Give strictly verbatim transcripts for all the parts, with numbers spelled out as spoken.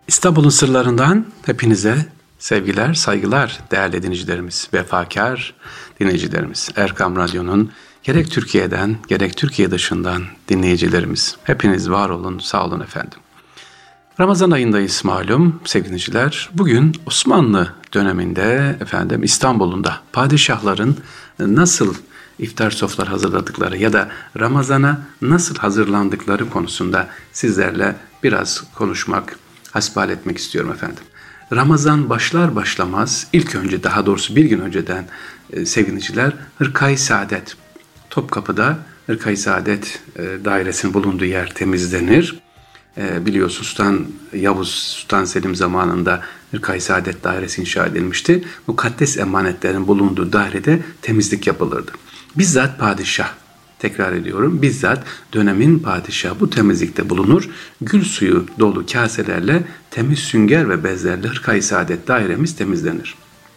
İstanbul'un sırlarından hepinize sevgiler, saygılar değerli dinleyicilerimiz, vefakar dinleyicilerimiz. Erkam Radyo'nun gerek Türkiye'den gerek Türkiye dışından dinleyicilerimiz. Hepiniz var olun, sağ olun efendim. Ramazan ayındayız malum sevgili dinleyiciler. Bugün Osmanlı döneminde efendim İstanbul'un da padişahların nasıl iftar sofraları hazırladıkları ya da Ramazan'a nasıl hazırlandıkları konusunda sizlerle biraz konuşmak, hasbihal etmek istiyorum efendim. Ramazan başlar başlamaz, ilk önce daha doğrusu bir gün önceden e, sevgiliciler Hırkayı Saadet, Topkapı'da Hırkayı Saadet e, dairesinin bulunduğu yer temizlenir. E, biliyorsun Sultan Yavuz, Sultan Selim zamanında Hırkayı Saadet dairesi inşa edilmişti. Mukaddes emanetlerin bulunduğu dairede temizlik yapılırdı. Bizzat padişah, tekrar ediyorum, bizzat dönemin padişahı bu temizlikte bulunur. Gül suyu dolu kaselerle, temiz sünger ve bezlerle Hırkayı Saadet dairemiz temizlenir.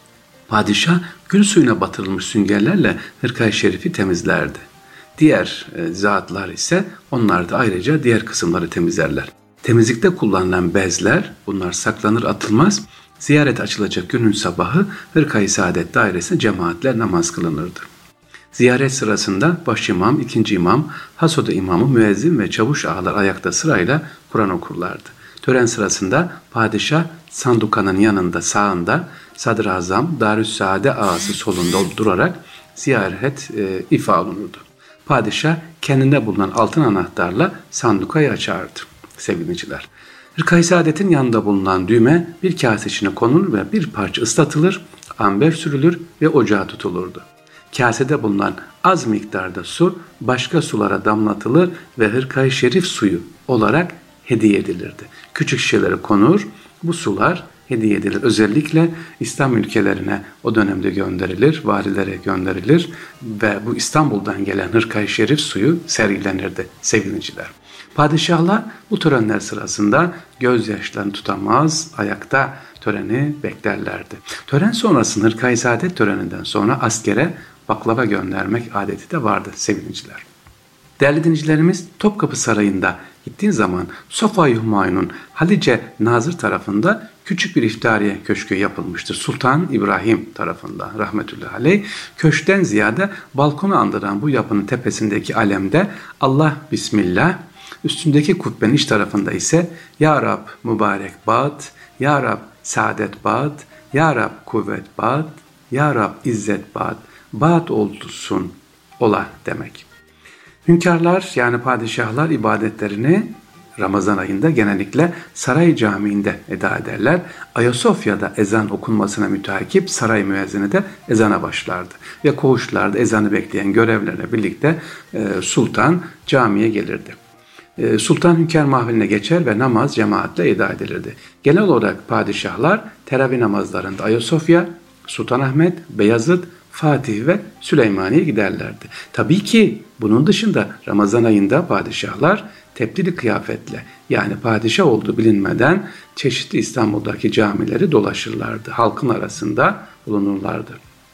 Padişah gül suyuna batırılmış süngerlerle Hırkayı Şerif'i temizlerdi. Diğer e, zatlar ise onlar da ayrıca diğer kısımları temizlerler. Temizlikte kullanılan bezler, bunlar saklanır atılmaz. Ziyaret açılacak günün sabahı Hırkayı Saadet dairesine cemaatler namaz kılınırdı. Ziyaret sırasında başimam, ikinci imam, hasoda imamı, müezzin ve çavuş ağalar ayakta sırayla Kur'an okurlardı. Tören sırasında padişah sandukanın yanında sağında, sadrazam Darüssaade ağası solunda durarak ziyaret e, ifa olunurdu. Padişah kendinde bulunan altın anahtarla sandukayı açardı sevgili dinleyiciler. Hırkayı Saadet'in yanında bulunan düğme bir kase içine konulur ve bir parça ıslatılır, amber sürülür ve ocağa tutulurdu. Kasede bulunan az miktarda su başka sulara damlatılır ve Hırkayı Şerif suyu olarak hediye edilirdi. Küçük şişelere konur, bu sular hediye edilir. Özellikle İslam ülkelerine o dönemde gönderilir, valilere gönderilir ve bu İstanbul'dan gelen Hırkayı Şerif suyu sergilenirdi sevgiliciler. Padişahlar bu törenler sırasında gözyaşlarını tutamaz, ayakta töreni beklerlerdi. Tören sonrasında Hırkayı Saadet töreninden sonra askere baklava göndermek adeti de vardı sevgiliciler. Değerli dinleyicilerimiz, Topkapı Sarayı'nda gittiğin zaman Sofa-i Humayun'un Halice Nazır tarafında küçük bir iftariye köşkü yapılmıştır. Sultan İbrahim tarafından rahmetullahi aleyh. Köşkten ziyade balkonu andıran bu yapının tepesindeki alemde Allah Bismillah, üstündeki kubbenin iç tarafında ise Ya Rab mübarek Bağt, Ya Rab saadet Bağt, Ya Rab kuvvet Bağt, Ya Rab izzet Bağt, Bağt olsun ola demek. Hünkârlar yani padişahlar ibadetlerini Ramazan ayında genellikle saray camiinde eda ederler. Ayasofya'da ezan okunmasına müteakip saray müezzini de ezana başlardı. Ve koğuşlarda ezanı bekleyen görevlerle birlikte e, sultan camiye gelirdi. E, sultan hünkâr mahfiline geçer ve namaz cemaatle eda edilirdi. Genel olarak padişahlar teravih namazlarında Ayasofya, Sultanahmet, Beyazıt, Fatih ve Süleymaniye giderlerdi. Tabii ki bunun dışında Ramazan ayında padişahlar tebdili kıyafetle yani padişah olduğu bilinmeden çeşitli İstanbul'daki camileri dolaşırlardı. Halkın arasında bulunurlardı.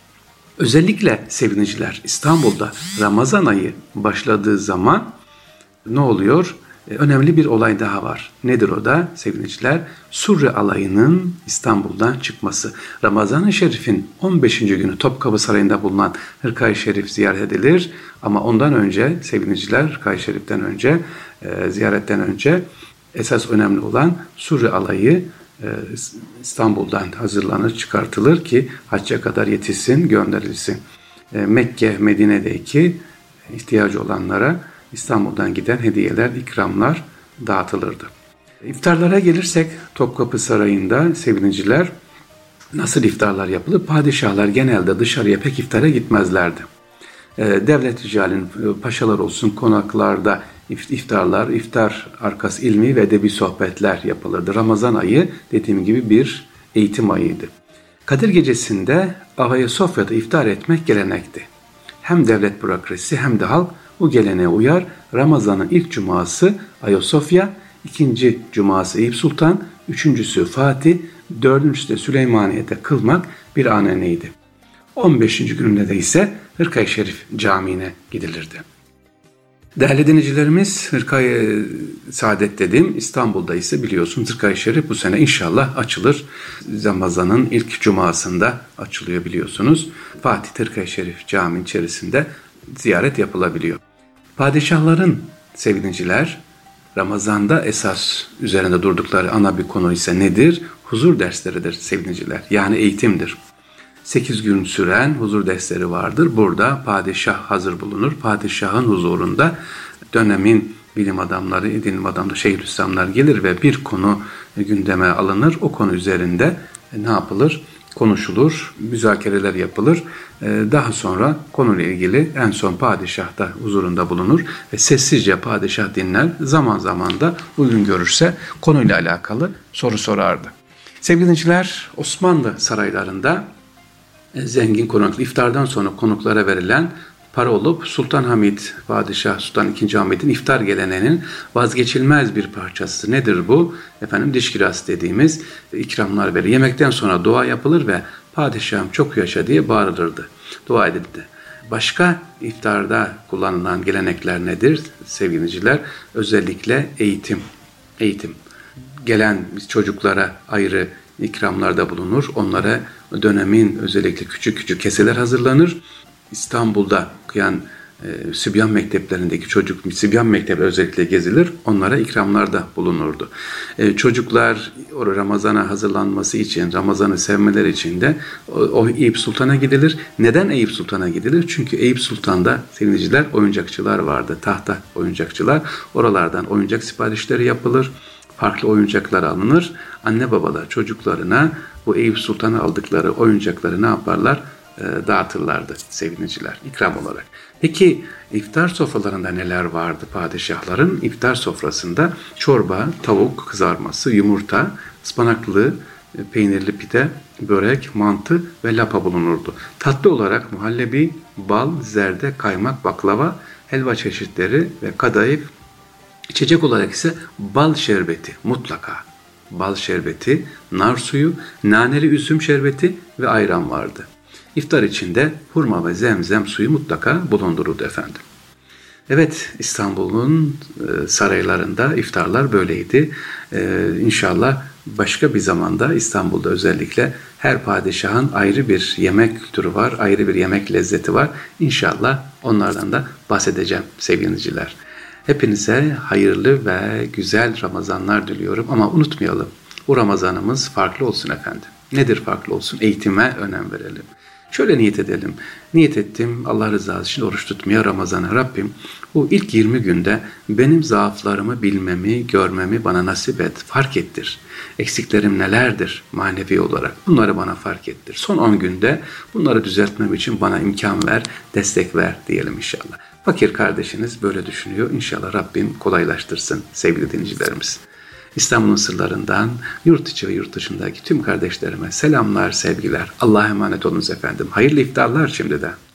Özellikle sevgiliciler İstanbul'da Ramazan ayı başladığı zaman ne oluyor? Önemli bir olay daha var. Nedir o da sevgiliciler? Surre alayının İstanbul'dan çıkması. Ramazan-ı Şerif'in on beşinci günü Topkapı Sarayı'nda bulunan Hırkayı Şerif ziyaret edilir. Ama ondan önce sevgiliciler Hırkayı Şerif'ten önce, e, ziyaretten önce esas önemli olan Surre alayı e, İstanbul'dan hazırlanır, çıkartılır ki hacca kadar yetişsin, gönderilsin. E, Mekke, Medine'deki ihtiyacı olanlara İstanbul'dan giden hediyeler, ikramlar dağıtılırdı. İftarlara gelirsek Topkapı Sarayı'nda sevgiliciler nasıl iftarlar yapılır? Padişahlar genelde dışarıya pek iftara gitmezlerdi. Devlet ricalin paşalar olsun konaklarda iftarlar, iftar arkası ilmi ve edebi sohbetler yapılırdı. Ramazan ayı dediğim gibi bir eğitim ayıydı. Kadir Gecesi'nde Ayasofya'da iftar etmek gelenekti. Hem devlet bürokrasisi hem de halk bu geleneğe uyar. Ramazan'ın ilk cuması Ayasofya, ikinci cuması Eyüp Sultan, üçüncüsü Fatih, dördüncüsü de Süleymaniye'de kılmak bir aneneydi. on beşinci gününde de ise Hırkayı Şerif Camii'ne gidilirdi. Değerli dinleyicilerimiz, Hırkayı Saadet dedim. İstanbul'da ise biliyorsun Hırkayı Şerif bu sene inşallah açılır. Ramazan'ın ilk cumasında açılıyor biliyorsunuz. Fatih Hırkayı Şerif Camii içerisinde ziyaret yapılabiliyor. Padişahların sevgiliciler Ramazan'da esas üzerinde durdukları ana bir konu ise nedir? Huzur dersleridir sevgiliciler. Yani eğitimdir. Sekiz gün süren huzur dersleri vardır. Burada padişah hazır bulunur. Padişahın huzurunda dönemin bilim adamları, ilim adamları, şeyhülislamlar gelir ve bir konu gündeme alınır. O konu üzerinde ne yapılır? Konuşulur, müzakereler yapılır. Daha sonra konuyla ilgili en son padişah da huzurunda bulunur ve sessizce padişah dinler. Zaman zaman da uygun görürse konuyla alakalı soru sorardı. Sevgili dinleyiciler, Osmanlı saraylarında zengin konuklar, iftardan sonra konuklara verilen para olup Sultan Hamid, Padişah Sultan ikinci. Hamid'in iftar geleneğinin vazgeçilmez bir parçası. Nedir bu? Efendim diş kirası dediğimiz ikramlar verilir. Yemekten sonra dua yapılır ve padişahım çok yaşa diye bağırılırdı. Dua edildi. Başka iftarda kullanılan gelenekler nedir sevgili dinleyiciler? Özellikle eğitim. Eğitim. Gelen çocuklara ayrı ikramlarda bulunur. Onlara dönemin özellikle küçük küçük keseler hazırlanır. İstanbul'da okuyan e, Sübyan mekteplerindeki çocuk, Sübyan mektebi özellikle gezilir. Onlara ikramlarda bulunurdu. E, çocuklar o Ramazan'a hazırlanması için, Ramazan'ı sevmeleri için de o, o Eyüp Sultan'a gidilir. Neden Eyüp Sultan'a gidilir? Çünkü Eyüp Sultan'da sevgiliciler oyuncakçılar vardı. Tahta oyuncakçılar. Oralardan oyuncak siparişleri yapılır. Farklı oyuncaklar alınır. Anne babalar çocuklarına bu Eyüp Sultan'a aldıkları oyuncakları ne yaparlar? E, dağıtırlardı sevgiliciler ikram olarak. Peki iftar sofralarında neler vardı padişahların? İftar sofrasında çorba, tavuk kızarması, yumurta, ıspanaklı, peynirli pide, börek, mantı ve lapa bulunurdu. Tatlı olarak muhallebi, bal, zerde, kaymak, baklava, helva çeşitleri ve kadayıf. İçecek olarak ise bal şerbeti mutlaka. Bal şerbeti, nar suyu, naneli üzüm şerbeti ve ayran vardı. İftar içinde hurma ve zemzem suyu mutlaka bulunduruldu efendim. Evet, İstanbul'un saraylarında iftarlar böyleydi. Ee, İnşallah başka bir zamanda İstanbul'da özellikle her padişahın ayrı bir yemek kültürü var, ayrı bir yemek lezzeti var. İnşallah onlardan da bahsedeceğim sevgili dinleyiciler. Hepinize hayırlı ve güzel Ramazanlar diliyorum ama unutmayalım, bu Ramazanımız farklı olsun efendim. Nedir farklı olsun? Eğitime önem verelim. Şöyle niyet edelim. Niyet ettim Allah rızası için oruç tutmaya Ramazan'a. Rabbim bu ilk yirmi günde benim zaaflarımı bilmemi, görmemi bana nasip et. Fark ettir. Eksiklerim nelerdir manevi olarak? Bunları bana fark ettir. Son on günde bunları düzeltmem için bana imkan ver, destek ver diyelim inşallah. Fakir kardeşiniz böyle düşünüyor. İnşallah Rabbim kolaylaştırsın sevgili dinleyicilerimiz. İstanbul'un sırlarından yurt içi ve yurt dışındaki tüm kardeşlerime selamlar, sevgiler. Allah'a emanet olunuz efendim. Hayırlı iftarlar şimdiden.